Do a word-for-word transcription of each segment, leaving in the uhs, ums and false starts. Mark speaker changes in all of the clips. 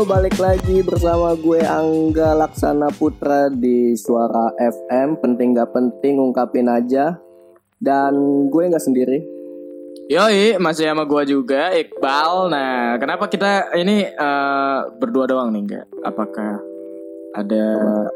Speaker 1: balik lagi bersama gue Angga Laksana Putra di Suara F M. Penting gak penting ungkapin aja. Dan gue gak sendiri.
Speaker 2: Yoi, masih sama gue juga, Iqbal. Nah, kenapa kita ini uh, berdua doang nih, enggak? Apakah ada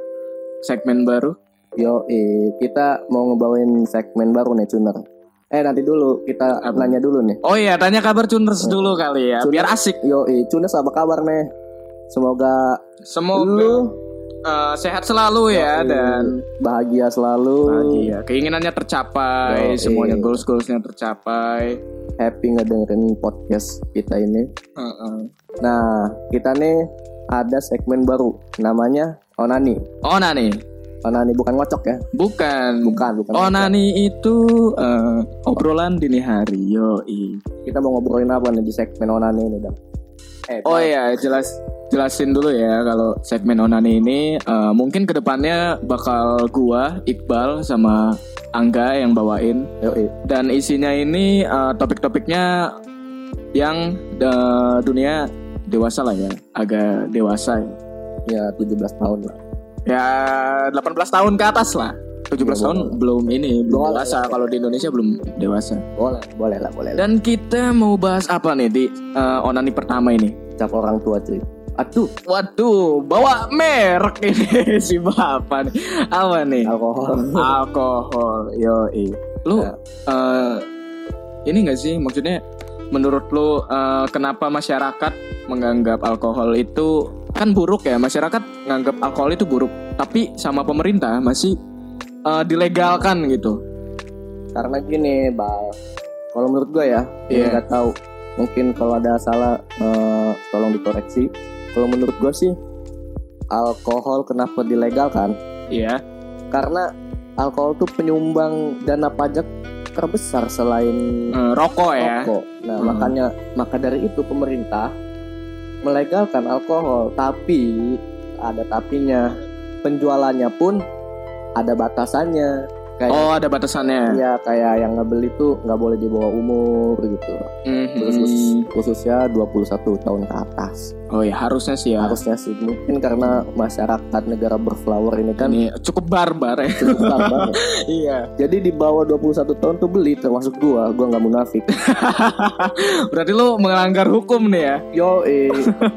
Speaker 2: segmen baru?
Speaker 1: Yoi, kita mau ngebawain segmen baru nih, Cuner. Eh nanti dulu, kita apa? Nanya dulu nih.
Speaker 2: Oh iya, tanya kabar Cuners dulu kali ya, Cuners, biar asik.
Speaker 1: Yoi, Cuners apa kabar nih? Semoga
Speaker 2: Semoga lu uh, sehat selalu ya, yoi, dan
Speaker 1: bahagia selalu.
Speaker 2: Bahagia, keinginannya tercapai, yoi, semuanya goals-goalsnya tercapai.
Speaker 1: Happy ngedengerin podcast kita ini.
Speaker 2: Uh-uh.
Speaker 1: Nah, kita nih ada segmen baru, namanya Onani.
Speaker 2: Onani.
Speaker 1: Onani bukan ngocok ya?
Speaker 2: Bukan.
Speaker 1: Bukan, bukan.
Speaker 2: Onani itu uh, obrolan dini hari. Yoi.
Speaker 1: Kita mau ngobrolin apa nih di segmen Onani ini, Dam?
Speaker 2: Eh, oh iya, jelas jelasin dulu ya kalau segmen Onani ini uh, mungkin kedepannya bakal gua, Iqbal sama Angga yang bawain.
Speaker 1: Yoi.
Speaker 2: Dan isinya ini uh, topik-topiknya yang uh, dunia dewasa lah ya, agak dewasa ya.
Speaker 1: Ya tujuh belas tahun lah.
Speaker 2: Ya delapan belas tahun ke atas lah. tujuh belas ya, tahun belum ini belum boleh, dewasa. Kalau di Indonesia belum dewasa.
Speaker 1: Boleh, boleh lah, boleh lah.
Speaker 2: Dan kita mau bahas apa nih di uh, Onani pertama ini?
Speaker 1: Cap orang tua cuy. Aduh,
Speaker 2: waduh, bawa merek ini si bapak nih. Apa nih?
Speaker 1: Alkohol.
Speaker 2: Alkohol. Yoi. Lu ya. uh, ini enggak sih maksudnya menurut lu uh, kenapa masyarakat menganggap alkohol itu kan buruk ya, masyarakat nganggap alkohol itu buruk, tapi sama pemerintah masih uh, dilegalkan gitu.
Speaker 1: Karena gini, Bal. Kalau menurut gue ya, yeah. Nggak tahu. Mungkin kalau ada salah, uh, tolong dikoreksi. Kalau menurut gue sih, alkohol kenapa dilegalkan?
Speaker 2: Iya. Yeah.
Speaker 1: Karena alkohol tuh penyumbang dana pajak terbesar selain
Speaker 2: uh, rokok ya.
Speaker 1: Rokok. Nah, hmm. makanya maka dari itu pemerintah melegalkan alkohol, tapi ada tapinya, penjualannya pun ada batasannya. Kayak,
Speaker 2: oh ada batasannya.
Speaker 1: Iya, kayak yang ngebeli tuh nggak boleh di bawah umur gitu.
Speaker 2: Mm-hmm.
Speaker 1: Khusus khususnya dua puluh satu tahun ke atas.
Speaker 2: Oh ya harusnya sih ya.
Speaker 1: Harusnya sih. Mungkin karena masyarakat negara berflower ini kan
Speaker 2: ini cukup barbar ya.
Speaker 1: Cukup barbar.
Speaker 2: Iya.
Speaker 1: Jadi di bawah dua puluh satu tahun tuh beli, termasuk gua. Gua nggak munafik.
Speaker 2: Berarti lu melanggar hukum nih ya.
Speaker 1: Yo eh.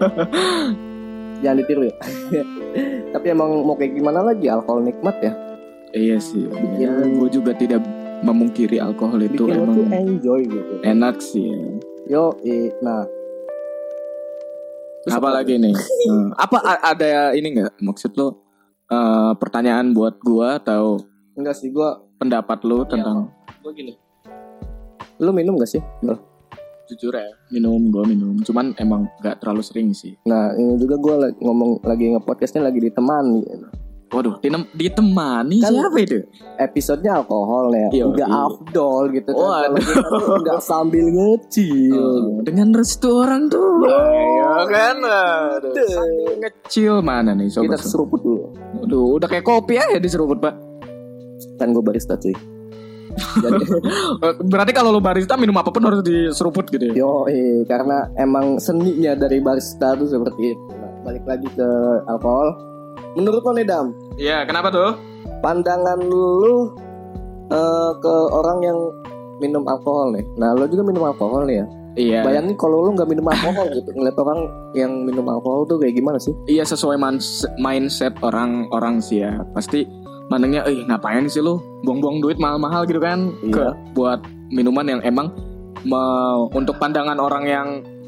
Speaker 1: Jangan ditiru ya. Tapi emang mau kayak gimana lagi, alkohol nikmat ya.
Speaker 2: Iya sih, bikin, ya, gue juga tidak memungkiri alkohol itu
Speaker 1: bikin
Speaker 2: emang
Speaker 1: tuh enjoy gitu.
Speaker 2: Enak sih.
Speaker 1: Yo, i, nah.
Speaker 2: Terus apa, apa lagi nih? hmm. Apa ada ini nggak? Maksud lo uh, pertanyaan buat gue atau
Speaker 1: enggak sih, gue
Speaker 2: pendapat lo tentang?
Speaker 1: Ya, gue gini. Lo minum nggak sih? Bro?
Speaker 2: Jujur ya, minum gue minum. Cuman emang nggak terlalu sering sih.
Speaker 1: Nah, ini juga gue ngomong lagi nge-podcastnya lagi ditemani.
Speaker 2: Waduh, ditemani kan siapa itu?
Speaker 1: Episodenya alkohol ya, udah afdol gitu kan.
Speaker 2: Oh,
Speaker 1: nggak sambil ngecil.
Speaker 2: Oh, dengan restu orang tua. Ya kan, aduh, sambil ngecil mana nih sobat?
Speaker 1: Kita seruput dulu.
Speaker 2: Aduh, udah kayak kopi aja diseruput pak.
Speaker 1: Kan gue barista cuy. Jadi,
Speaker 2: berarti kalau lo barista minum apapun harus diseruput gitu ya?
Speaker 1: Yo, eh, karena emang seninya dari barista tuh seperti itu. Nah, balik lagi ke alkohol. Menurut lo nih Dam?
Speaker 2: Iya, kenapa tuh?
Speaker 1: Pandangan lu uh, ke orang yang minum alkohol nih. Nah, lo juga minum alkohol nih ya?
Speaker 2: Iya.
Speaker 1: Bayangin kalau lo nggak minum alkohol gitu, ngeliat orang yang minum alkohol tuh kayak gimana sih?
Speaker 2: Iya, sesuai man- mindset orang-orang sih ya. Pasti mandangnya, eh ngapain sih lo buang-buang duit mahal-mahal gitu kan?
Speaker 1: Iya.
Speaker 2: Ke buat minuman yang emang me- untuk pandangan orang yang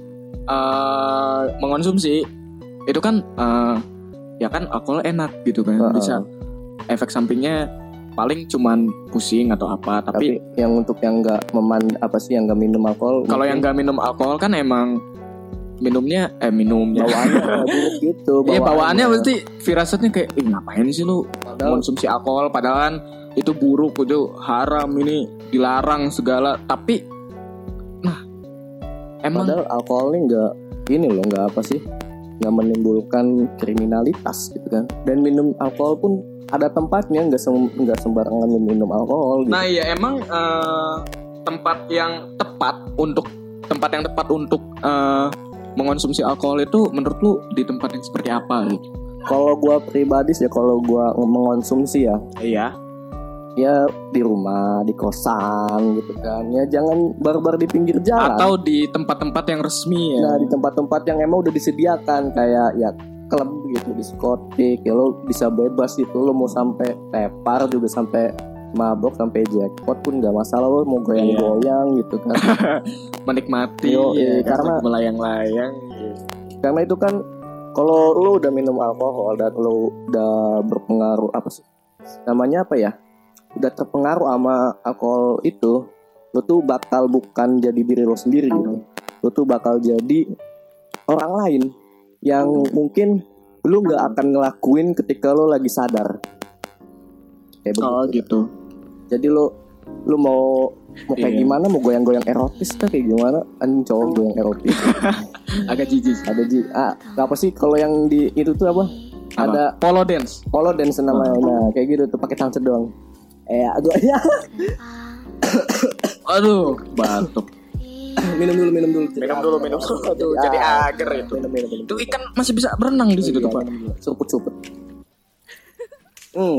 Speaker 2: uh, mengonsumsi itu kan. Uh, Ya kan alkohol enak gitu kan, uh-uh. bisa efek sampingnya paling cuman pusing atau apa. Tapi,
Speaker 1: tapi yang untuk yang nggak meman apa sih yang nggak minum alkohol?
Speaker 2: Kalau yang nggak minum alkohol kan emang minumnya eh minumnya
Speaker 1: bawaannya buruk gitu.
Speaker 2: Iya bawaannya pasti firasatnya kayak, ih ngapain sih lu padahal, konsumsi alkohol padahal kan itu buruk, itu haram, ini dilarang segala. Tapi nah emang
Speaker 1: padahal alkohol ini nggak ini loh nggak apa sih? Nggak menimbulkan kriminalitas gitu kan, dan minum alkohol pun ada tempatnya, nggak sem- nggak sembarangan minum alkohol gitu.
Speaker 2: Nah ya emang uh, tempat yang tepat untuk tempat yang tepat untuk uh, mengonsumsi alkohol itu menurut lu di tempat yang seperti apa gitu?
Speaker 1: Kalau gue pribadi sih, kalau gue mengonsumsi ya,
Speaker 2: Iya.
Speaker 1: ya di rumah, di kosan gitu kan. Ya jangan barbar di pinggir jalan.
Speaker 2: Atau di tempat-tempat yang resmi ya.
Speaker 1: Nah di tempat-tempat yang emang udah disediakan kayak ya klub gitu, diskotik, ya lo bisa bebas itu. Lo mau sampai tepar juga, sampai mabok, sampai jackpot pun nggak masalah. Lo mau goyang-goyang gitu kan.
Speaker 2: Menikmati
Speaker 1: Yo,
Speaker 2: ya,
Speaker 1: iya, karena
Speaker 2: melayang-layang gitu.
Speaker 1: karena itu kan kalau lo udah minum alkohol dan lo udah berpengaruh apa sih namanya apa ya, udah terpengaruh sama alkohol itu, lo tuh bakal bukan jadi diri lo sendiri gitu. Lo tuh bakal jadi orang lain yang mungkin lo nggak akan ngelakuin ketika lo lagi sadar. Kayak
Speaker 2: Oh
Speaker 1: begitu.
Speaker 2: gitu.
Speaker 1: Jadi lo lo mau mau kayak
Speaker 2: Iya.
Speaker 1: gimana, mau goyang-goyang erotis kan kayak gimana, anjing cowok goyang erotis.
Speaker 2: Agak jijik.
Speaker 1: Ada ji ah apa sih kalau yang di itu tuh apa?
Speaker 2: Apa?
Speaker 1: Ada
Speaker 2: polo dance.
Speaker 1: polo dance namanya. Nah, kayak gitu tuh pakai tangan doang. Eh, agak ya.
Speaker 2: Aduh, batuk.
Speaker 1: minum dulu, minum dulu.
Speaker 2: Minum dulu, minum dulu. Aduh,
Speaker 1: Ah,
Speaker 2: jadi agar itu.
Speaker 1: Minum, minum, minum.
Speaker 2: Itu ikan masih bisa berenang di situ tuh, Pak.
Speaker 1: Suput-suput. Hmm.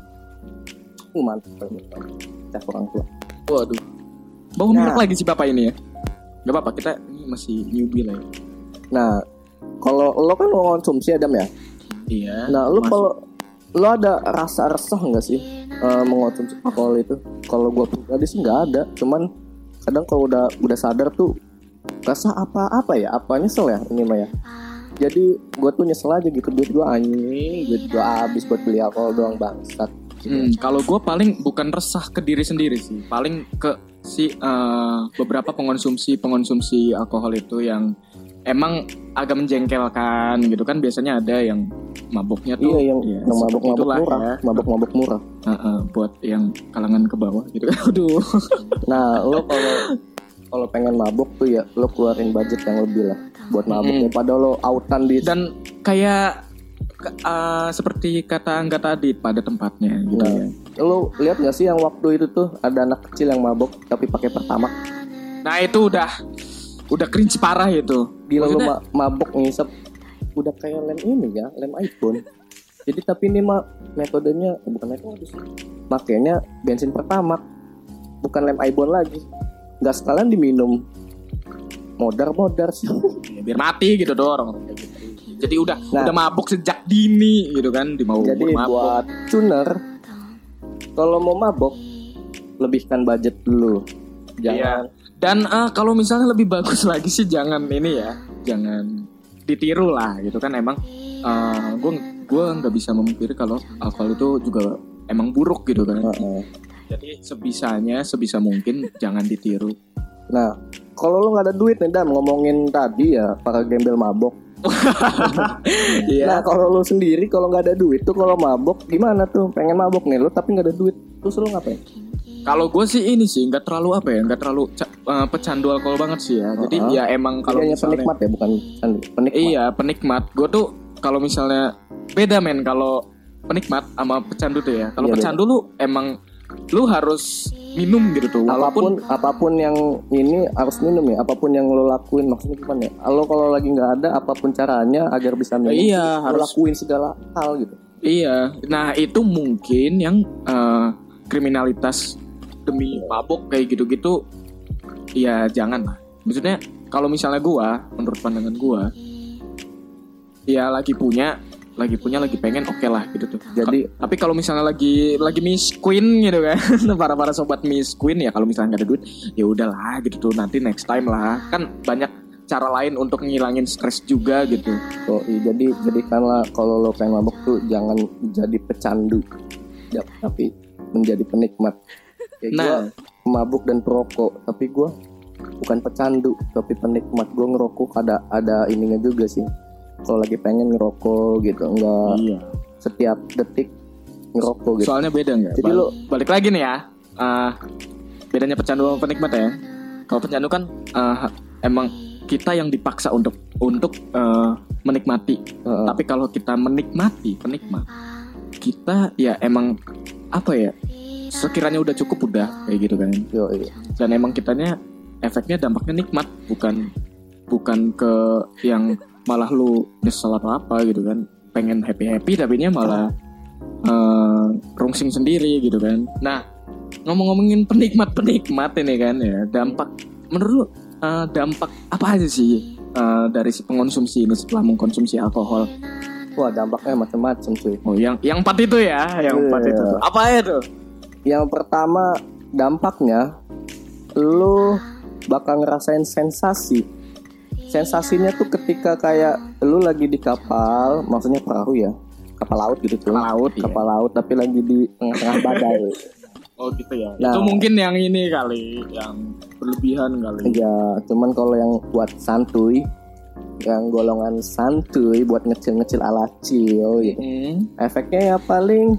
Speaker 1: Uh, mantap. Cak orang tua.
Speaker 2: Waduh. Bau
Speaker 1: Nah.
Speaker 2: minyak lagi si Bapak ini ya. Gak apa-apa, kita ini masih newbie lah ya.
Speaker 1: Nah, kalau lo kan lo konsumsi Adam ya.
Speaker 2: Iya.
Speaker 1: Nah, lo
Speaker 2: masuk.
Speaker 1: kalau lo ada rasa resah nggak sih uh, mengonsumsi alkohol itu? Kalau gue pribadi sih nggak ada. Cuman kadang kalau udah udah sadar tuh rasa apa-apa ya, apa nyesel ya ini mah ya. Jadi gue tuh nyesel aja gitu, duit gue anjing, duit gue habis buat beli alkohol doang bangsat.
Speaker 2: Hmm, kalau gue paling bukan resah ke diri sendiri sih, paling ke si uh, beberapa pengonsumsi pengonsumsi alkohol itu yang emang agak menjengkelkan gitu kan. Biasanya ada yang maboknya tuh,
Speaker 1: Iya, yang,
Speaker 2: ya,
Speaker 1: yang mabuk-mabuk
Speaker 2: itulah
Speaker 1: murah,
Speaker 2: ya.
Speaker 1: mabuk-mabuk murah.
Speaker 2: Uh-uh, buat yang kalangan ke bawah gitu. Aduh.
Speaker 1: Nah, lo kalau kalau pengen mabuk tuh ya lo keluarin budget yang lebih lah buat mabuknya.
Speaker 2: Mm.
Speaker 1: Padahal lo autan di
Speaker 2: Dan kayak uh, seperti kata Angga tadi, pada tempatnya gitu
Speaker 1: Nah,
Speaker 2: ya.
Speaker 1: lo lihat nggak sih yang waktu itu tuh ada anak kecil yang mabuk tapi pakai pertamax.
Speaker 2: Nah itu udah udah cringe parah itu.
Speaker 1: Gila lo
Speaker 2: Maksudnya,
Speaker 1: ma- mabuk ngisep udah kayak lem ini ya, lem iPhone. Jadi tapi ini mah metodenya eh, bukan metode sih. Makanya bensin pertamax, bukan lem iPhone lagi. Nggak sekalian diminum. Modar-modar sih.
Speaker 2: ya, biar mati gitu doang orang kayak gitu. Jadi udah
Speaker 1: Nah.
Speaker 2: udah mabuk sejak dini gitu kan, di mau
Speaker 1: Jadi
Speaker 2: mabuk.
Speaker 1: buat tuner, kalau mau mabok lebihkan budget dulu. Jangan
Speaker 2: Iya. Dan uh, kalau misalnya lebih bagus lagi sih jangan ini ya, jangan ditiru lah gitu kan. Emang gue gue nggak bisa memungkiri kalau alkohol itu juga emang buruk gitu kan.
Speaker 1: Uh-uh.
Speaker 2: Jadi sebisanya sebisa mungkin jangan ditiru.
Speaker 1: Nah, kalau lo nggak ada duit nih Dam, ngomongin tadi ya para gembel mabok.
Speaker 2: Iya.
Speaker 1: Nah, kalau lo sendiri kalau nggak ada duit tuh kalau mabok gimana tuh? Pengen mabok nih lo tapi nggak ada duit, terus lo ngapain?
Speaker 2: Kalau gue sih ini sih nggak terlalu apa ya, nggak terlalu ca- uh, pecandu alkohol banget sih ya. Jadi
Speaker 1: Uh-huh.
Speaker 2: ya emang kalau
Speaker 1: Kayaknya
Speaker 2: misalnya
Speaker 1: penikmat ya, bukan candu. Penikmat.
Speaker 2: iya penikmat. Gue tuh kalau misalnya beda men kalau penikmat sama pecandu tuh ya. Kalau
Speaker 1: Iya,
Speaker 2: pecandu lu emang lu harus minum gitu tuh.
Speaker 1: Apapun apapun yang ini harus minum ya. Apapun yang lo lakuin, maksudnya gimana ya? Lo kalau lagi nggak ada, apapun caranya agar bisa minum,
Speaker 2: Iya,
Speaker 1: lo
Speaker 2: harus-
Speaker 1: lakuin segala hal gitu.
Speaker 2: Iya. Nah itu mungkin yang uh, kriminalitas demi mabok kayak gitu-gitu. Ya jangan lah. Maksudnya kalau misalnya gua, menurut pandangan gua, ya lagi punya, lagi punya, lagi pengen, oke lah gitu tuh.
Speaker 1: Jadi
Speaker 2: Ka- tapi kalau misalnya lagi lagi Miss Queen gitu kan, para para sobat Miss Queen ya kalau misalnya nggak ada duit, ya udahlah gitu tuh, nanti next time lah. Kan banyak cara lain untuk ngilangin stres juga gitu.
Speaker 1: oh, iya, jadi jadikanlah kalau lo pengen mabok tuh jangan jadi pecandu, ya, tapi menjadi penikmat. Kayak
Speaker 2: Nah.
Speaker 1: gue mabuk dan perokok, tapi gue bukan pecandu, tapi penikmat. Gue ngerokok ada ada ininya juga sih. Kalau lagi pengen ngerokok gitu, enggak
Speaker 2: Iya.
Speaker 1: setiap detik ngerokok gitu.
Speaker 2: Soalnya beda nggak?
Speaker 1: Jadi
Speaker 2: Bal-
Speaker 1: lo-
Speaker 2: balik lagi nih ya. Uh, bedanya pecandu sama penikmat ya. Kalau pecandu kan uh, emang kita yang dipaksa untuk untuk uh, menikmati.
Speaker 1: Heeh.
Speaker 2: Tapi kalau kita menikmati penikmat, kita ya emang apa ya? Sekiranya udah cukup udah kayak gitu kan.
Speaker 1: Yo, iya.
Speaker 2: Dan emang kitanya efeknya dampaknya nikmat, bukan bukan ke yang malah lu nyesel atau apa gitu kan, pengen happy happy tapi nya malah uh, rungsing sendiri gitu kan. Nah ngomong-ngomongin penikmat penikmat ini kan ya, dampak menurut lu uh, dampak apa aja sih uh, dari si pengonsumsi ini setelah mengkonsumsi alkohol?
Speaker 1: Wah, dampaknya macam-macam cuy.
Speaker 2: Oh, yang yang empat itu ya, yang yeah. empat itu. Apa ya tuh?
Speaker 1: Yang pertama, dampaknya lu bakal ngerasain sensasi. Sensasinya tuh ketika kayak lu lagi di kapal, maksudnya perahu ya, kapal laut gitu tuh.
Speaker 2: Kapal laut,
Speaker 1: kapal
Speaker 2: iya.
Speaker 1: laut tapi lagi di tengah-tengah badai.
Speaker 2: Oh gitu ya.
Speaker 1: Nah,
Speaker 2: itu mungkin yang ini kali, yang berlebihan kali.
Speaker 1: Iya, cuman kalau yang buat santuy, yang golongan santuy buat ngecil-ngecil ala chill gitu. Mm. Efeknya ya paling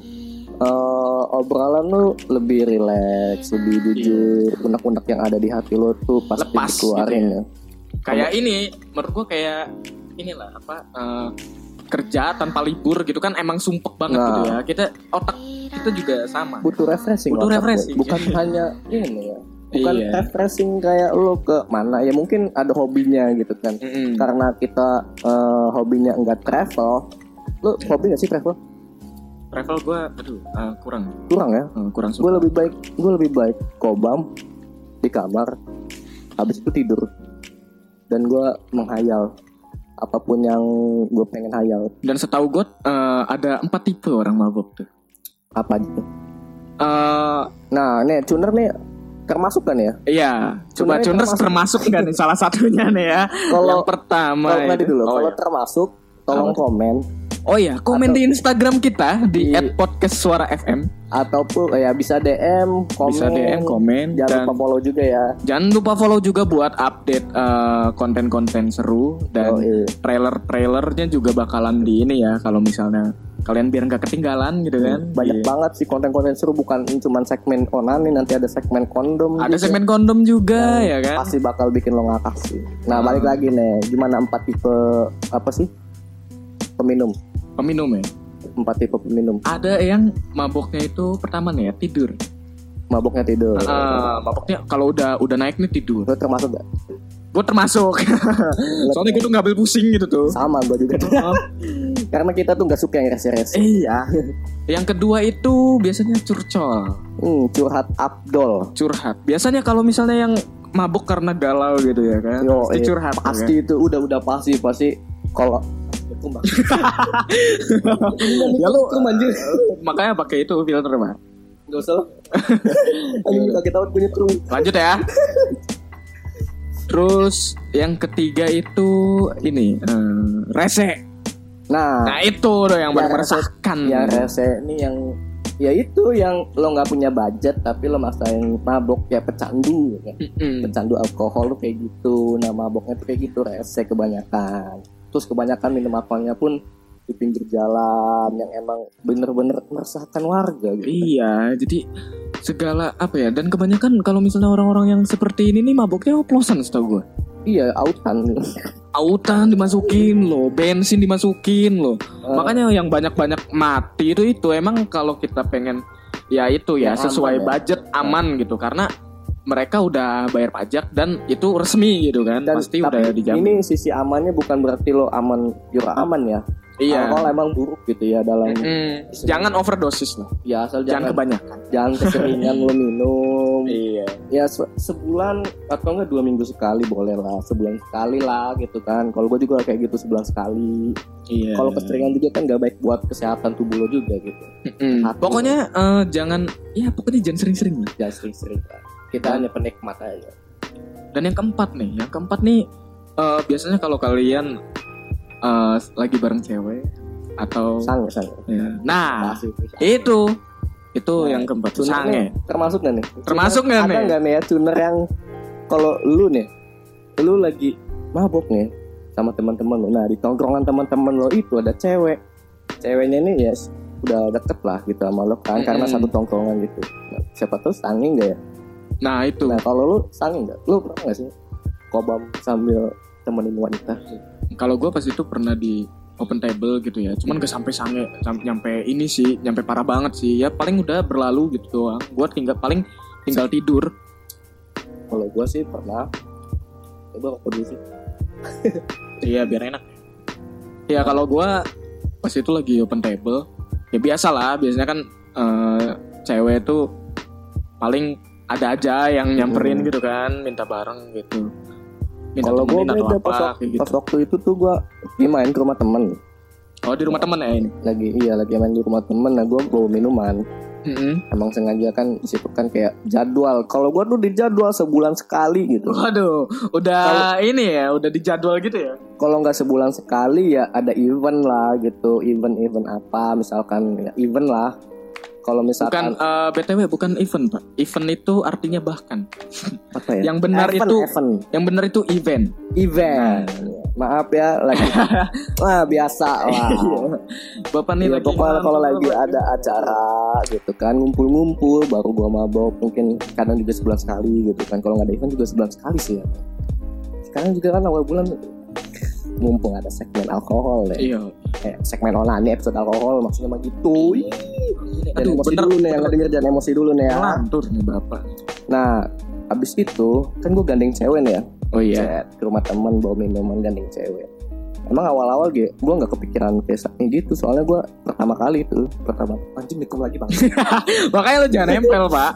Speaker 1: uh, obrolan lu lebih rileks, lebih jujur, yeah. unek-unek yang ada di hati lu tuh pasti
Speaker 2: lepas
Speaker 1: dikeluarin
Speaker 2: gitu
Speaker 1: ya.
Speaker 2: Kayak Kalo, ini, menurut gua kayak inilah apa uh, kerja tanpa libur gitu kan emang sumpek banget nah, gitu ya. Kita otak kita juga sama.
Speaker 1: Butuh refreshing.
Speaker 2: Butuh refreshing.
Speaker 1: Bukan hanya ini ya. Bukan iya. refreshing kayak lu ke mana ya, mungkin ada hobinya gitu kan. Mm-hmm. Karena kita uh, hobinya enggak travel. Lu hobi enggak sih travel?
Speaker 2: Travel gue aduh uh, kurang.
Speaker 1: Kurang ya?
Speaker 2: Uh, kurang suka.
Speaker 1: Gue lebih baik gue lebih baik kobam di kamar. Habis itu tidur. Dan gue menghayal apapun yang gue pengen hayal.
Speaker 2: Dan setahu gue uh, ada empat tipe orang mabuk tuh.
Speaker 1: Apa gitu?
Speaker 2: Uh,
Speaker 1: nah, nih tuner nih termasuk kan ya?
Speaker 2: Iya. Coba tuner termasuk, termasuk kan nih salah satunya nih ya. Kalau yang pertama
Speaker 1: kalau tadi dulu, oh, kalau iya. termasuk tolong oh. komen.
Speaker 2: Oh iya, komen atau, di Instagram kita di, di et podcast suara f m
Speaker 1: ataupun ya bisa D M, komen.
Speaker 2: Bisa D M, komen.
Speaker 1: Jangan lupa follow juga ya.
Speaker 2: Jangan lupa follow juga buat update uh, konten-konten seru dan oh, iya. trailer-trailernya juga bakalan di ini ya kalau misalnya kalian biar nggak ketinggalan gitu kan.
Speaker 1: Banyak yeah. banget sih konten-konten seru, bukan cuma segmen onani, nanti ada segmen kondom.
Speaker 2: Ada
Speaker 1: gitu.
Speaker 2: segmen kondom juga nah, ya kan.
Speaker 1: Pasti bakal bikin lo ngakak sih. Nah, hmm. balik lagi nih, gimana empat tipe apa sih? Peminum.
Speaker 2: Peminum ya?
Speaker 1: Empat tipe peminum.
Speaker 2: Ada yang maboknya itu pertama nih ya, tidur.
Speaker 1: Maboknya tidur.
Speaker 2: Uh, maboknya kalau udah udah naik nih tidur.
Speaker 1: Lo termasuk gak?
Speaker 2: Gue termasuk. Soalnya gue tuh gak ambil pusing gitu tuh.
Speaker 1: Sama gue juga. Karena kita tuh gak suka yang rese-rese.
Speaker 2: Iya. Yang kedua itu biasanya curcol.
Speaker 1: Hmm, curhat Abdol.
Speaker 2: Curhat. Biasanya kalau misalnya yang mabuk karena galau gitu ya kan. Yo, pasti eh, curhat.
Speaker 1: Pasti kan? Itu udah udah pasti pasti kalau kumbang. Ya lu manjir. Makanya pakai itu filter mah. Gak usah lah. Anjing kaget tahu punya terus.
Speaker 2: Lanjut ya. Terus yang ketiga itu ini uh, rese.
Speaker 1: Nah,
Speaker 2: nah itu loh yang paling meresahkan.
Speaker 1: Ya rese ini yang ya itu yang lo nggak punya budget tapi lo maksain mabok ya pecandu ya. Mm-hmm. Pecandu alkohol lo kayak gitu. Nah maboknya tuh kayak gitu, rese kebanyakan. Terus kebanyakan minum alkoholnya pun di pinggir jalan yang emang bener-bener meresahkan warga gitu.
Speaker 2: Iya, jadi segala apa ya, dan kebanyakan kalau misalnya orang-orang yang seperti ini nih maboknya oplosan setahu gue.
Speaker 1: Iya, autan.
Speaker 2: Autan dimasukin loh, bensin dimasukin loh. Uh, Makanya yang banyak-banyak mati itu itu emang kalau kita pengen ya itu ya sesuai aman, budget ya. Aman gitu, karena mereka udah bayar pajak dan itu resmi gitu kan, dan, pasti udah dijamin.
Speaker 1: Ini sisi amannya bukan berarti lo aman, jura aman ya.
Speaker 2: Iya.
Speaker 1: Alkohol emang buruk gitu ya dalam.
Speaker 2: Mm-hmm. Jangan overdosis lah.
Speaker 1: Ya asal
Speaker 2: jangan,
Speaker 1: jangan
Speaker 2: kebanyakan.
Speaker 1: Jangan keseringan lo minum.
Speaker 2: Iya.
Speaker 1: Ya se- sebulan atau enggak dua minggu sekali boleh lah, sebulan sekali lah gitu kan. Kalau gue juga kayak gitu sebulan sekali.
Speaker 2: Iya.
Speaker 1: Kalau keseringan juga kan nggak baik buat kesehatan tubuh lo juga gitu.
Speaker 2: Mm-hmm. Pokoknya uh, jangan, ya pokoknya jangan sering-sering lah.
Speaker 1: Jangan sering-sering lah. Kita nah. hanya penikmat aja.
Speaker 2: Dan yang keempat nih, yang keempat nih uh, biasanya kalau kalian uh, lagi bareng cewek atau
Speaker 1: sange sange.
Speaker 2: Ya. Nah, Masih, itu itu nah, yang keempat sange.
Speaker 1: Termasuk nggak nih?
Speaker 2: Termasuk nggak nih?
Speaker 1: Ada nggak nih ya tuner yang kalau lu nih, lu lagi mabok nih sama teman-teman lu. Nah di tongkrongan teman-teman lo itu ada cewek. Ceweknya nih ya udah deket lah gitu sama lo kan, mm-hmm. karena satu tongkrongan gitu. Nah, siapa tahu sange nggak ya?
Speaker 2: Nah itu.
Speaker 1: Nah kalau lu sange nggak? Lu pernah nggak sih kobam sambil temenin wanita?
Speaker 2: Kalau gue pas itu pernah di open table gitu ya, cuman gak sampai sange, sampai nyampe ini sih, nyampe parah banget sih. Ya paling udah berlalu gitu doang. Gue tinggal paling tinggal tidur.
Speaker 1: Kalau gue sih pernah. Coba apa dulu sih?
Speaker 2: Iya biar enak. Ya kalau gue pas itu lagi open table, ya biasa lah. Biasanya kan uh, cewek tuh paling ada aja yang nyamperin hmm. gitu kan, minta bareng gitu.
Speaker 1: Kalau gue beda pas, waktu, gitu. pas waktu itu tuh gue lagi main ke rumah temen.
Speaker 2: Oh di rumah temen ya ini?
Speaker 1: Lagi iya lagi main di rumah temen. Nah gue bawa minuman. Mm-hmm. Emang sengaja kan di situ kan kayak jadwal. Kalau gue tuh dijadwal sebulan sekali gitu.
Speaker 2: Waduh, udah kalo, ini ya, udah dijadwal gitu ya.
Speaker 1: Kalau nggak sebulan sekali ya ada event lah gitu, event-event apa, misalkan ya event lah. Kalau misalkan
Speaker 2: bukan uh, B T W bukan event pak, event itu artinya bahkan.
Speaker 1: Apa ya?
Speaker 2: Yang benar event, itu, event. yang benar itu event.
Speaker 1: Event. Nah. Maaf ya lagi. Wah biasa lah.
Speaker 2: Bapak nih
Speaker 1: ya,
Speaker 2: lagi.
Speaker 1: Pokoknya kalau lagi ada acara gitu kan, ngumpul-ngumpul, baru gua mabok mungkin kadang juga sebulan sekali gitu kan. Kalau nggak ada event juga sebulan sekali sih ya. Sekarang juga kan awal bulan mumpung ada segmen alkohol deh.
Speaker 2: Iya.
Speaker 1: Eh, segmen onani episode alkohol maksudnya mah gitu. Ih.
Speaker 2: Aduh,
Speaker 1: emosi
Speaker 2: bener,
Speaker 1: dulu nih yang denger jangan emosi dulu nih ya.
Speaker 2: Lantur nih bapak.
Speaker 1: Nah, abis itu kan gue gandeng cewek nih ya.
Speaker 2: Oh iya.
Speaker 1: Cet, ke rumah teman bawa minuman gandeng cewek. Emang awal-awal gue gue nggak kepikiran kayak gitu soalnya gue pertama kali itu pertama anjing nikum lagi bang.
Speaker 2: Makanya lo jangan nempel pak.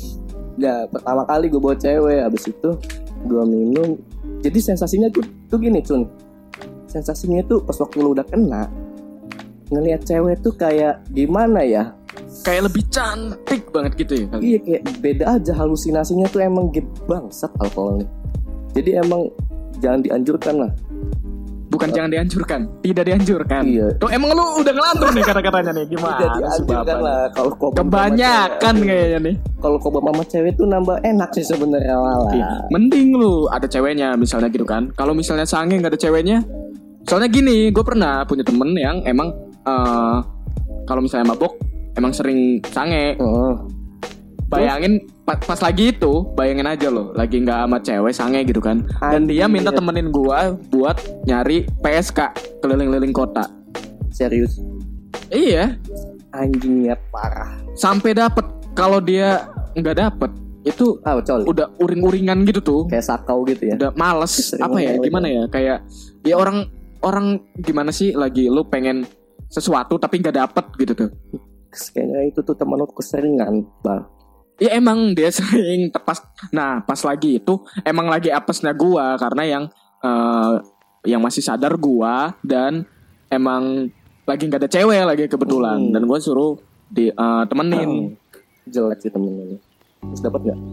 Speaker 1: Ya pertama kali gue bawa cewek abis itu gue minum. Jadi sensasinya tuh tuh gini Cun. Sensasinya tuh pas waktu lu udah kena ngelihat cewek tuh kayak gimana ya?
Speaker 2: Kayak lebih cantik banget gitu ya?
Speaker 1: Iya kayak beda aja halusinasinya tuh emang gede bangsat alkoholnya. Jadi emang jangan dianjurkan lah.
Speaker 2: Bukan uh, jangan dianjurkan, tidak dianjurkan.
Speaker 1: Iya.
Speaker 2: Tuh emang lu udah ngelantur nih kata-katanya nih gimana?
Speaker 1: Tidak dianjurkan lah kalau kobam
Speaker 2: kebanyakan kayaknya nih.
Speaker 1: Kalau kobam sama cewek tuh nambah enak sih sebenarnya malah.
Speaker 2: Iya. Mending lu ada ceweknya misalnya gitu kan. Kalau misalnya sange nggak ada ceweknya. Soalnya gini, gue pernah punya temen yang emang uh, kalau misalnya mabok emang sering sange.
Speaker 1: Oh.
Speaker 2: Bayangin pas, pas lagi itu, bayangin aja loh, lagi nggak sama cewek sange gitu kan. Dan dia minta temenin gue buat nyari P S K keliling-liling kota.
Speaker 1: Serius?
Speaker 2: Iya.
Speaker 1: Anjingnya parah.
Speaker 2: Sampai dapet. Kalau dia nggak dapet, itu
Speaker 1: ah,
Speaker 2: udah uring-uringan gitu tuh.
Speaker 1: Kayak sakau gitu ya.
Speaker 2: Udah males. Apa ya? Gimana ya? Kayak ya orang orang gimana sih lagi lu pengen sesuatu tapi nggak dapet gitu tuh.
Speaker 1: Kayaknya itu tuh temen lu keseringan bang.
Speaker 2: Ya emang dia sering tepas. Nah pas lagi itu emang lagi apesnya gua karena yang uh, yang masih sadar gua dan emang lagi nggak ada cewek lagi kebetulan. hmm. Dan gua suruh di uh, temenin.
Speaker 1: oh, jelek sih temennya. Terus dapat nggak?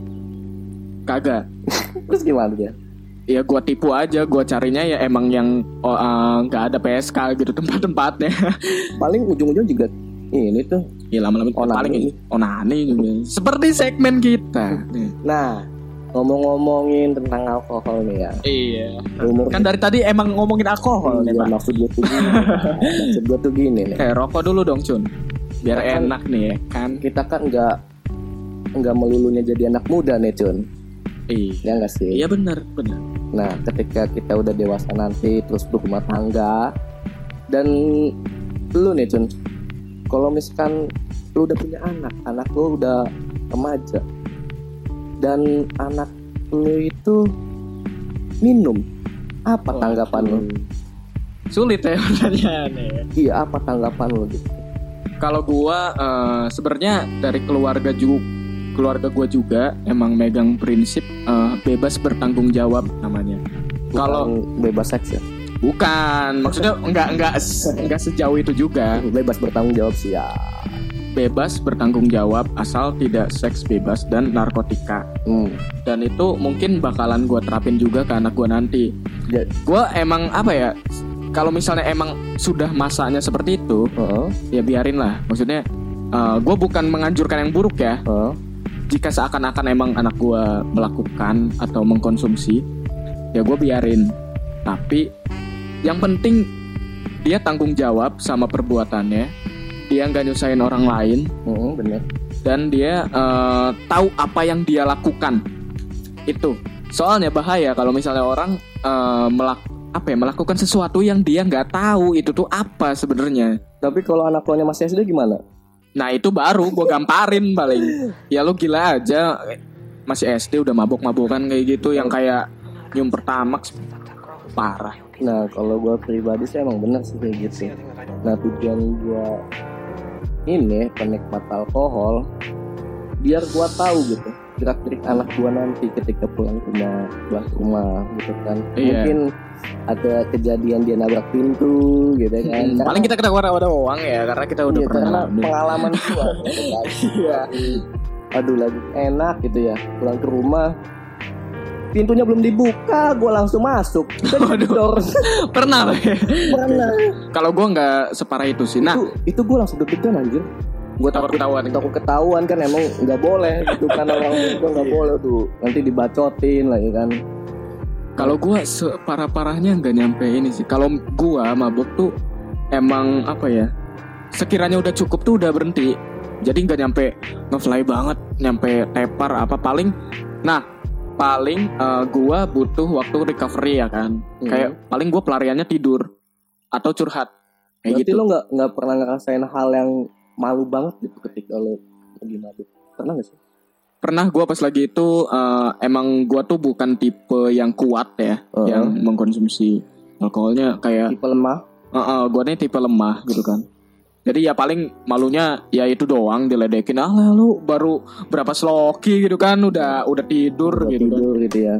Speaker 2: Kagak.
Speaker 1: Terus gimana dia?
Speaker 2: Ya gue tipu aja, gue carinya ya emang yang nggak oh, uh, ada P S K gitu tempat-tempatnya.
Speaker 1: Paling ujung-ujung juga ini tuh.
Speaker 2: Ya lama-lama paling ini onani juga. Seperti segmen kita.
Speaker 1: Nah, ngomong-ngomongin tentang alkohol nih ya.
Speaker 2: Iya. Umur kan dari tadi emang ngomongin alkohol
Speaker 1: iya, nih Pak. Maksud gue tuh gini. maksud gue tuh gini nih.
Speaker 2: Eh rokok dulu dong Cun. Biar kita enak kan, nih ya kan.
Speaker 1: Kita kan nggak nggak melulunya jadi anak muda nih Cun.
Speaker 2: Iya.
Speaker 1: Ya nggak sih?
Speaker 2: Iya benar benar.
Speaker 1: Nah ketika kita udah dewasa nanti terus berumah tangga dan lu nih Cun, kalau misalkan lu udah punya anak, anak lu udah remaja dan anak lu itu minum, apa oh, tanggapan lu?
Speaker 2: Sulit ya pertanyaannya.
Speaker 1: Iya, apa tanggapan lu gitu?
Speaker 2: Kalau gua uh, sebenarnya dari keluarga juga keluarga gue juga emang megang prinsip uh, bebas bertanggung jawab namanya. Kalau
Speaker 1: bebas seks ya?
Speaker 2: Bukan, maksudnya enggak enggak enggak sejauh itu juga.
Speaker 1: Bebas bertanggung jawab sih ya.
Speaker 2: Bebas bertanggung jawab asal tidak seks bebas dan narkotika. Hmm. Dan itu mungkin bakalan gue terapin juga ke anak gue nanti. Ya. Gue emang apa ya? Kalau misalnya emang sudah masanya seperti itu, uh-huh. ya biarin lah. Maksudnya uh, gue bukan menganjurkan yang buruk ya. Uh-huh. Jika seakan-akan emang anak gue melakukan atau mengkonsumsi, ya gue biarin. Tapi yang penting dia tanggung jawab sama perbuatannya. Dia nggak nyusahin orang lain,
Speaker 1: mm, bener.
Speaker 2: Dan dia uh, tahu apa yang dia lakukan. Itu soalnya bahaya kalau misalnya orang uh, melak apa ya melakukan sesuatu yang dia nggak tahu itu tuh apa sebenarnya.
Speaker 1: Tapi kalau anak lo nya masih S D gimana?
Speaker 2: Nah itu baru gue gamparin paling. Ya lu gila aja masih S D udah mabok-mabokan kayak gitu yang kayak nyium Pertamax. parah.
Speaker 1: Nah kalau gue pribadi sih emang bener sih kayak gitu. Nah tujuan gue ini penikmat alkohol biar gue tahu gitu gerak-gerik anak gue nanti ketika pulang rumah, pulang rumah gitu kan.
Speaker 2: Iya.
Speaker 1: Mungkin ada kejadian dia nabrak pintu gitu kan.
Speaker 2: Hmm, paling kita ketawa doang ya karena kita udah
Speaker 1: iya,
Speaker 2: pernah
Speaker 1: karena
Speaker 2: ngalamin.
Speaker 1: pengalaman gue. Iya. Aduh lagi enak gitu ya pulang ke rumah. Pintunya belum dibuka, gue langsung masuk.
Speaker 2: Waduh, pernah ya?
Speaker 1: Pernah.
Speaker 2: Kalau gue nggak separah itu sih. Nah,
Speaker 1: itu, itu gue langsung deg-degan anjir. Gue takut
Speaker 2: ketahuan.
Speaker 1: Takut ketahuan kan emang nggak boleh gitu kan orang itu nggak boleh tuh. Nanti dibacotin lagi kan.
Speaker 2: Kalau gue separah-parahnya nggak nyampe ini sih. Kalau gue mabuk tuh emang apa ya? Sekiranya udah cukup tuh udah berhenti. Jadi nggak nyampe ngefly banget, nyampe tepar apa paling. Nah. Paling uh, gue butuh waktu recovery ya kan. Hmm. Kayak paling gue pelariannya tidur atau curhat. Kayak
Speaker 1: berarti
Speaker 2: gitu.
Speaker 1: lo gak, gak pernah ngerasain hal yang malu banget gitu ketika lo lagi mabuk? Pernah gak sih?
Speaker 2: Pernah gue pas lagi itu uh, emang gue tuh bukan tipe yang kuat ya. Uh-huh. Yang mengkonsumsi alkoholnya kayak
Speaker 1: tipe lemah.
Speaker 2: uh-uh, Gue nih tipe lemah gitu kan. Jadi ya paling malunya ya itu doang diledekin. Ah lu baru berapa sloki gitu kan udah udah tidur
Speaker 1: udah
Speaker 2: gitu
Speaker 1: tidur
Speaker 2: kan.
Speaker 1: Gitu ya.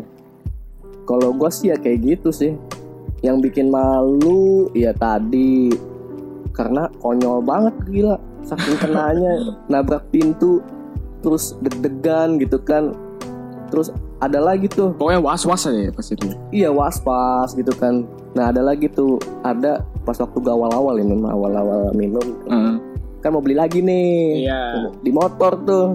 Speaker 1: Kalau gue sih ya kayak gitu sih. Yang bikin malu ya tadi karena konyol banget gila. Saking kenanya nabrak pintu terus deg-degan gitu kan. Terus ada lagi tuh.
Speaker 2: Pokoknya was-was aja ya pas itu.
Speaker 1: Iya was-was gitu kan. Nah ada lagi tuh, ada pas waktu gue awal-awal ini, awal-awal minum uh. kan mau beli lagi nih
Speaker 2: yeah.
Speaker 1: di motor tuh.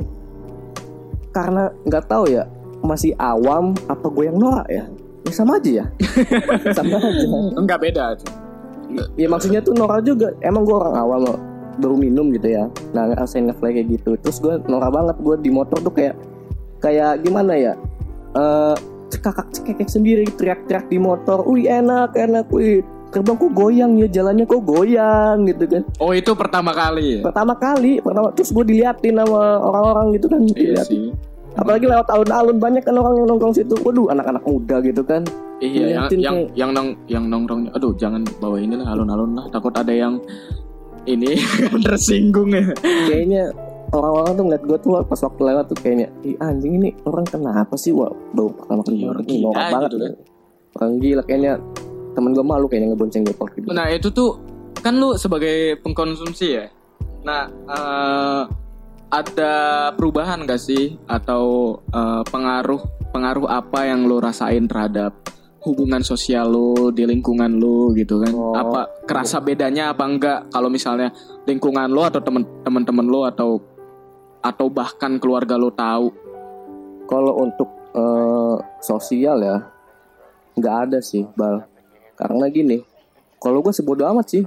Speaker 1: Karena nggak tahu ya, masih awam apa gue yang norak ya? Ya sama aja ya. Sama aja.
Speaker 2: Enggak beda.
Speaker 1: Ya maksudnya tuh norak juga. Emang gue orang awam loh, baru minum gitu ya. Nah ngerasain nge-fly kayak gitu. Terus gue norak banget, gue di motor tuh kayak kayak gimana ya? Uh, cekakak cekekek sendiri, teriak-teriak di motor. Wih enak enak, wih terbang kok goyang ya, jalannya kok goyang gitu kan.
Speaker 2: Oh itu pertama kali.
Speaker 1: Pertama kali, pertama terus gue diliatin sama orang-orang gitu kan.
Speaker 2: Iya sih.
Speaker 1: Apalagi lewat alun-alun banyak kan orang yang nongkrong situ. Waduh anak-anak muda gitu kan.
Speaker 2: Iya yang yang, yang nong yang nongkrongnya. Aduh jangan bawa inilah alun-alun lah. Takut ada yang ini tersinggung ya.
Speaker 1: Kayaknya orang-orang tuh ngeliat gue tuh pas waktu lewat tuh kayaknya, ih anjing ini orang kenapa sih? Wah baru pertama kali
Speaker 2: orang gila
Speaker 1: banget
Speaker 2: gitu kan.
Speaker 1: Orang gila kayaknya. Temen gue malu kayaknya ngebonceng gue gitu.
Speaker 2: Nah itu tuh kan lu sebagai pengkonsumsi ya. Nah uh, ada perubahan gak sih atau uh, pengaruh pengaruh apa yang lu rasain terhadap hubungan sosial lu di lingkungan lu gitu kan? Oh. Apa kerasa bedanya apa enggak kalau misalnya lingkungan lu atau temen-temen lu atau atau bahkan keluarga lu tahu?
Speaker 1: Kalau untuk uh, sosial ya nggak ada sih Bal. Karena gini, kalau gue sebodoh amat sih.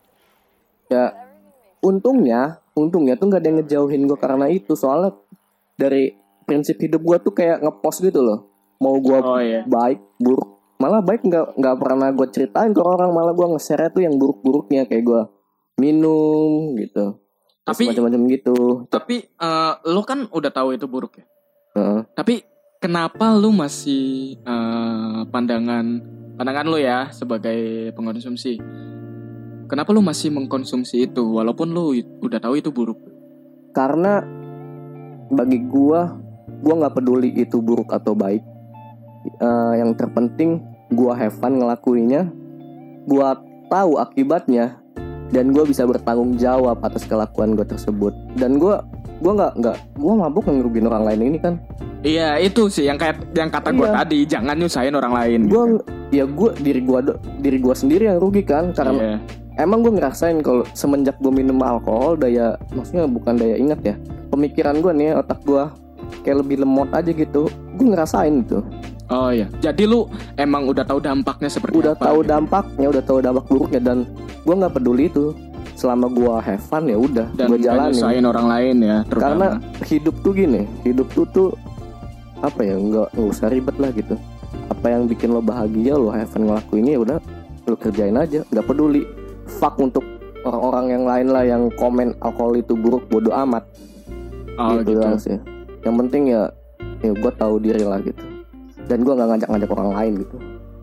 Speaker 1: Ya untungnya, untungnya tuh nggak ada yang ngejauhin gue karena itu. Soalnya dari prinsip hidup gue tuh kayak ngepost gitu loh. Mau gue oh, iya. baik, buruk. Malah baik nggak nggak pernah gue ceritain ke orang. Malah gue nge-share tuh yang buruk-buruknya kayak gue minum gitu.
Speaker 2: Tapi
Speaker 1: macam-macam gitu.
Speaker 2: Tapi uh, lo kan udah tahu itu buruk ya.
Speaker 1: Uh-uh.
Speaker 2: Tapi kenapa lu masih uh, pandangan Pandangan lu ya sebagai pengkonsumsi, kenapa lu masih mengkonsumsi itu walaupun lu udah tahu itu buruk?
Speaker 1: Karena bagi gua, gua nggak peduli itu buruk atau baik. Uh, yang terpenting gua have fun ngelakuinnya, gua tahu akibatnya, dan gua bisa bertanggung jawab atas kelakuan gua tersebut. Dan gua, gua nggak nggak, gua mabuk ngerugiin orang lain ini kan.
Speaker 2: Iya itu sih yang kayak yang kata gue iya. tadi, jangan nyusahin orang lain.
Speaker 1: Gue gitu. Ya gue diri gue diri gue sendiri yang rugi kan karena yeah. emang gue ngerasain kalau semenjak gue minum alkohol daya maksudnya bukan daya ingat ya, pemikiran gue nih otak gue kayak lebih lemot aja gitu. Gue ngerasain itu.
Speaker 2: Oh iya. Jadi lu emang udah tahu dampaknya seperti
Speaker 1: udah
Speaker 2: apa? Udah
Speaker 1: tahu
Speaker 2: gitu.
Speaker 1: dampaknya, udah tahu dampak buruknya dan gue nggak peduli itu. Selama gue have fun ya udah gue jalanin. Dan
Speaker 2: nyusahin orang lain ya. Terutama.
Speaker 1: Karena hidup tuh gini, hidup tuh tuh apa ya nggak nggak usah ribet lah gitu. Apa yang bikin lo bahagia lo have fun ngelakuinnya ya udah lo kerjain aja, nggak peduli. Fuck untuk orang-orang yang lain lah yang komen alkohol itu buruk, bodo amat.
Speaker 2: Oh, gitu, gitu.
Speaker 1: Sih. Yang penting ya ya gue tahu diri lah gitu. Dan gue nggak ngajak-ngajak orang lain gitu.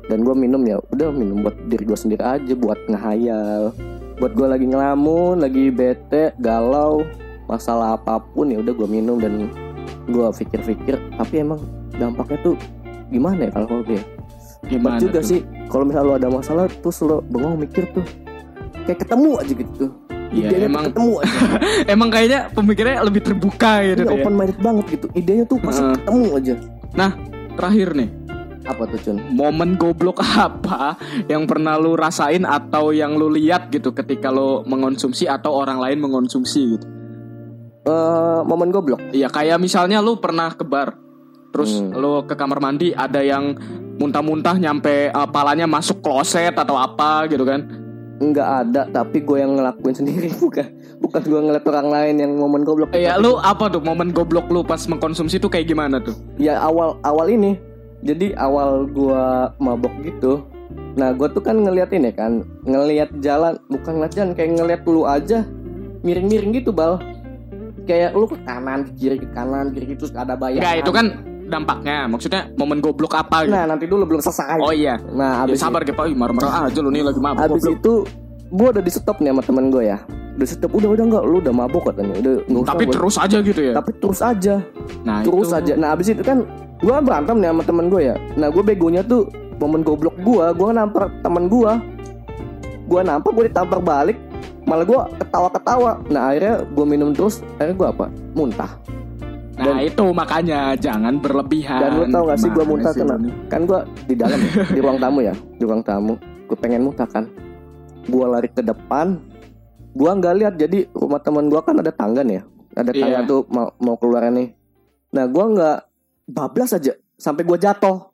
Speaker 1: Dan gue minum ya udah minum buat diri gue sendiri aja, buat ngehayal, buat gue lagi ngelamun, lagi bete, galau, masalah apapun ya udah gue minum dan gue pikir-pikir. Tapi emang dampaknya tuh gimana ya kalau dia? Gimana juga tuh? Sih kalau misalnya lo ada masalah terus lo bengong mikir tuh kayak ketemu aja gitu.
Speaker 2: Iya emang ketemu aja. Emang kayaknya pemikirannya lebih terbuka gitu.
Speaker 1: Iya, open minded banget gitu. Idenya tuh pasti uh. ketemu aja.
Speaker 2: Nah terakhir nih,
Speaker 1: apa tuh Cun?
Speaker 2: Momen goblok apa yang pernah lu rasain atau yang lu lihat gitu ketika lu mengonsumsi atau orang lain mengonsumsi gitu?
Speaker 1: Uh, momen goblok?
Speaker 2: Iya kayak misalnya lu pernah ke bar, terus hmm. lu ke kamar mandi ada yang muntah-muntah nyampe uh, palanya masuk kloset atau apa gitu kan?
Speaker 1: Enggak ada, tapi gue yang ngelakuin sendiri, bukan bukan gue ngeliat orang lain yang momen goblok.
Speaker 2: Iya lu apa tuh momen goblok lu pas mengkonsumsi tuh kayak gimana tuh?
Speaker 1: Ya awal awal ini. Jadi awal gue mabok gitu. Nah gue tuh kan ngeliat ini kan, ngeliat jalan, bukan ngeliat jalan, kayak ngeliat lu aja miring-miring gitu Bal. Kayak lu ke kanan, ke kiri, ke kanan, kiri, terus ada bayangan.
Speaker 2: Enggak, itu kan dampaknya. Maksudnya momen goblok apa gitu.
Speaker 1: Nah nanti dulu belum selesai.
Speaker 2: Oh iya.
Speaker 1: Nah abis
Speaker 2: ya, sabar ya Pak, marah-marah aja lu nih lagi mabok.
Speaker 1: Abis goblok. Itu gue udah di stop nih sama temen gue ya. Udah stop, udah udah enggak, lu udah mabok katanya. Udah enggak usah.
Speaker 2: Tapi gua. Terus aja gitu ya.
Speaker 1: Tapi terus aja.
Speaker 2: Nah
Speaker 1: terus
Speaker 2: itu.
Speaker 1: aja. Nah abis itu kan gue berantem nih sama temen gue ya. Nah gue begonya tuh momen goblok gue, gue nampar temen gue, gue nampar, gue ditampar balik, malah gue ketawa-ketawa. Nah akhirnya gue minum terus, akhirnya gue apa? Muntah.
Speaker 2: Dan, nah itu makanya jangan berlebihan.
Speaker 1: Dan lu tau gak sih gue muntah kena? Kan gue di dalam di ruang tamu ya, di ruang tamu. Gue pengen muntah kan, gue lari ke depan, gue nggak lihat. Jadi rumah teman gue kan ada tangga nih ya, ada tangga yeah. tuh mau mau keluar nih. Nah gue nggak bablas aja sampai gue jatuh.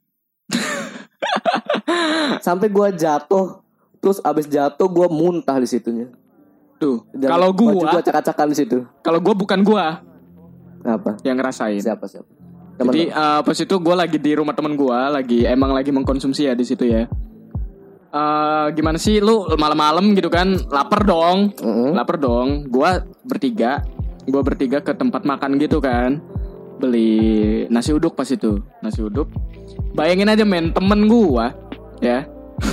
Speaker 1: Sampai gue jatuh, terus abis jatuh gue muntah di situnya.
Speaker 2: Tuh, kalau gue
Speaker 1: juga acak-acakan di situ.
Speaker 2: Kalau gue bukan gue.
Speaker 1: Apa?
Speaker 2: Yang ngerasain.
Speaker 1: Siapa siapa? Temen
Speaker 2: Jadi uh, pas itu gue lagi di rumah temen gue, lagi emang lagi mengkonsumsi ya di situ ya. Uh, gimana sih lu malam-malam gitu kan, lapar dong, mm-hmm. lapar dong. Gue bertiga, gue bertiga ke tempat makan gitu kan, beli nasi uduk pas itu, nasi uduk. Bayangin aja men, temen gue ya.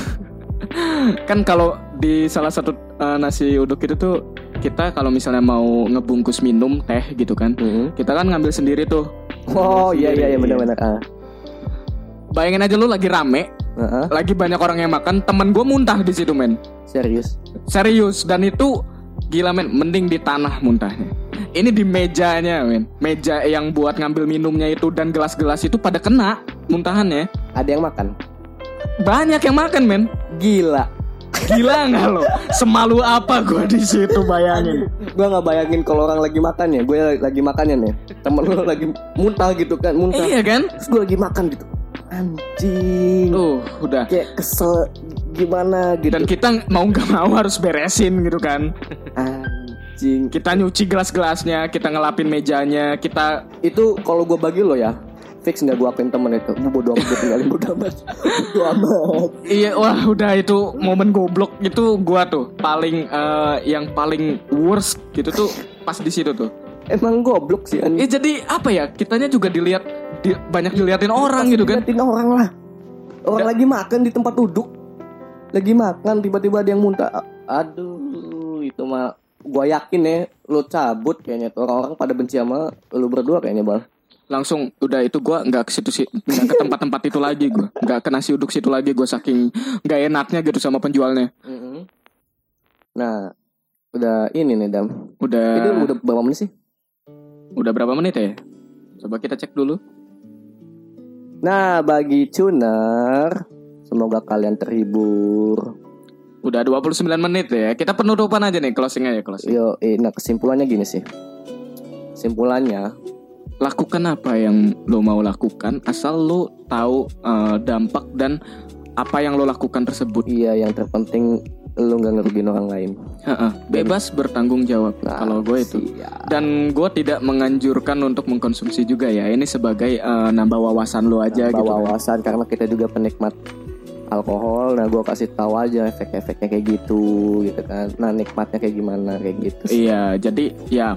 Speaker 2: Kan kalau di salah satu uh, nasi uduk itu tuh kita kalau misalnya mau ngebungkus minum teh gitu kan, mm-hmm. kita kan ngambil sendiri tuh.
Speaker 1: Oh iya iya iya benar-benar. Ah.
Speaker 2: Bayangin aja lu lagi rame, uh-huh. lagi banyak orang yang makan, temen gue muntah di situ men.
Speaker 1: Serius?
Speaker 2: Serius, dan itu gila men, mending di tanah muntahnya. Ini di mejanya men, meja yang buat ngambil minumnya itu dan gelas-gelas itu pada kena muntahannya.
Speaker 1: Ada yang makan?
Speaker 2: Banyak yang makan men.
Speaker 1: Gila.
Speaker 2: Gila nggak lo? Semalu apa gue di situ bayangin?
Speaker 1: Gue nggak bayangin kalau orang lagi makan ya. Gue lagi makannya nih. Temen lo lagi muntah gitu kan, muntah.
Speaker 2: Iya kan?
Speaker 1: Terus gue lagi makan gitu. Anjing.
Speaker 2: Uh, udah.
Speaker 1: Kayak kesel gimana gitu.
Speaker 2: Dan kita mau nggak mau harus beresin gitu kan?
Speaker 1: Anjing.
Speaker 2: Kita nyuci gelas-gelasnya, kita ngelapin mejanya, kita.
Speaker 1: Itu kalau gue bagi lo ya. Fix gak gue akuin temen itu. Gue bodo amat, gue tinggalin bodo amat. Bodo amat.
Speaker 2: Iya wah udah itu momen goblok itu gue tuh paling uh, yang paling worst gitu tuh pas di situ tuh.
Speaker 1: Emang goblok sih kan.
Speaker 2: Eh jadi apa ya, kitanya juga dilihat di, banyak diliatin orang
Speaker 1: pasti
Speaker 2: gitu kan.
Speaker 1: Diliatin orang lah. Orang
Speaker 2: da-
Speaker 1: lagi makan di tempat duduk, lagi makan tiba-tiba ada yang muntah. Aduh itu mah gue yakin ya lo cabut kayaknya tuh. Orang-orang pada benci sama lo berdua kayaknya Bal.
Speaker 2: Langsung udah itu gue nggak ke situ sih, nggak ke tempat-tempat itu lagi, gue nggak ke nasi uduk situ lagi, gue saking nggak enaknya gitu sama penjualnya.
Speaker 1: Mm-hmm. Nah udah ini nih Dam,
Speaker 2: udah
Speaker 1: itu udah berapa menit sih?
Speaker 2: Udah berapa menit ya? Coba kita cek dulu.
Speaker 1: Nah bagi Tuner, semoga kalian terhibur.
Speaker 2: Udah dua puluh sembilan menit ya. Kita penutupan aja nih, closing aja closing.
Speaker 1: Yo, eh, nah kesimpulannya gini sih. Kesimpulannya
Speaker 2: lakukan apa yang lo mau lakukan asal lo tahu uh, dampak dan apa yang lo lakukan tersebut.
Speaker 1: Iya, yang terpenting lo nggak ngerugiin orang lain.
Speaker 2: Uh-uh. Bebas dan bertanggung jawab. Nah, kalau gue itu. Siap. Dan gue tidak menganjurkan untuk mengkonsumsi juga ya. Ini sebagai uh, nambah wawasan lo aja.
Speaker 1: Nambah
Speaker 2: gitu
Speaker 1: wawasan kan. Karena kita juga penikmat alkohol. Nah gue kasih tahu aja efek-efeknya kayak gitu gitu kan. Nah nikmatnya kayak gimana kayak gitu.
Speaker 2: Iya, jadi ya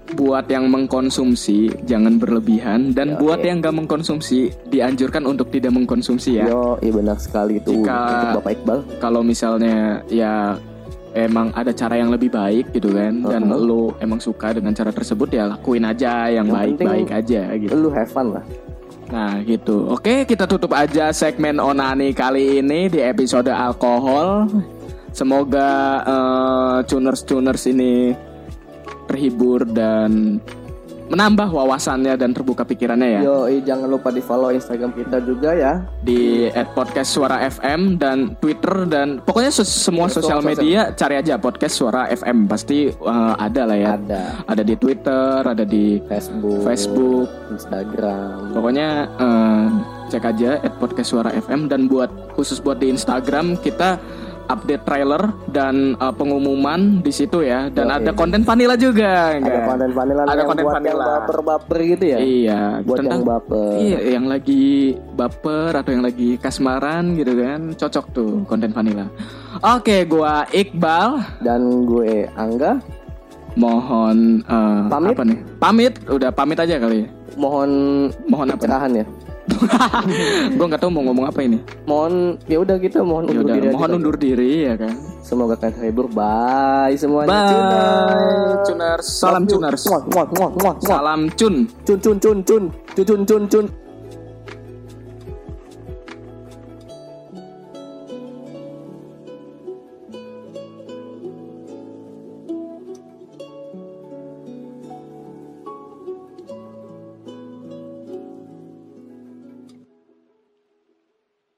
Speaker 2: buat yang mengkonsumsi jangan berlebihan, dan
Speaker 1: Yo,
Speaker 2: buat
Speaker 1: iya.
Speaker 2: yang gak mengkonsumsi dianjurkan untuk tidak mengkonsumsi ya.
Speaker 1: Yo, iya benar sekali itu
Speaker 2: Jika-
Speaker 1: untuk Bapak Iqbal.
Speaker 2: Kalau misalnya ya emang ada cara yang lebih baik gitu kan, dan
Speaker 1: Uh-huh.
Speaker 2: lu emang suka dengan cara tersebut ya lakuin aja yang,
Speaker 1: Yang
Speaker 2: baik-baik
Speaker 1: penting
Speaker 2: aja gitu.
Speaker 1: Lu have fun lah.
Speaker 2: Nah gitu. Oke, kita tutup aja segmen Onani kali ini di episode alkohol. Semoga eh, tuners-tuners ini terhibur dan menambah wawasannya dan terbuka pikirannya ya.
Speaker 1: Yo, iya, jangan lupa di follow Instagram kita juga ya.
Speaker 2: Di at podcast suara F M dan Twitter dan pokoknya sos- semua
Speaker 1: Semua
Speaker 2: sosial
Speaker 1: sosial.
Speaker 2: media cari aja podcast suara F M, pasti eh, ada lah ya.
Speaker 1: Ada
Speaker 2: Ada di Twitter, ada di
Speaker 1: Facebook,
Speaker 2: Facebook.
Speaker 1: Instagram.
Speaker 2: Pokoknya eh, cek aja at podcast suara F M, dan buat khusus buat di Instagram kita update trailer dan eh, pengumuman di situ ya, dan
Speaker 1: Oke.
Speaker 2: ada konten vanilla juga.
Speaker 1: Ada
Speaker 2: enggak?
Speaker 1: konten vanilla
Speaker 2: Ada
Speaker 1: yang
Speaker 2: konten
Speaker 1: buat
Speaker 2: vanilla.
Speaker 1: yang baper-baper gitu ya.
Speaker 2: Iya,
Speaker 1: Buat
Speaker 2: tentang
Speaker 1: yang baper.
Speaker 2: iya yang lagi baper atau yang lagi kasmaran gitu kan, cocok tuh konten vanilla. Oke, gua Iqbal.
Speaker 1: Dan gue Angga.
Speaker 2: Mohon eh,
Speaker 1: Pamit?
Speaker 2: apa nih? Pamit, udah pamit aja kali ya.
Speaker 1: Mohon
Speaker 2: Mohon apa?
Speaker 1: pencerahan ya.
Speaker 2: Gue nggak tahu mau ngomong apa ini.
Speaker 1: Mohon ya udah kita mohon
Speaker 2: Ya
Speaker 1: undur
Speaker 2: udah,
Speaker 1: diri aja
Speaker 2: mohon
Speaker 1: kali.
Speaker 2: undur diri ya kan.
Speaker 1: Semoga kalian terhibur. Bye semuanya.
Speaker 2: Bye, Cuners. Salam
Speaker 1: Love you.
Speaker 2: Cuners.
Speaker 1: Muah, muah, muah, muah, muah.
Speaker 2: Salam Cun.
Speaker 1: Cun cun cun cun cun cun cun cun.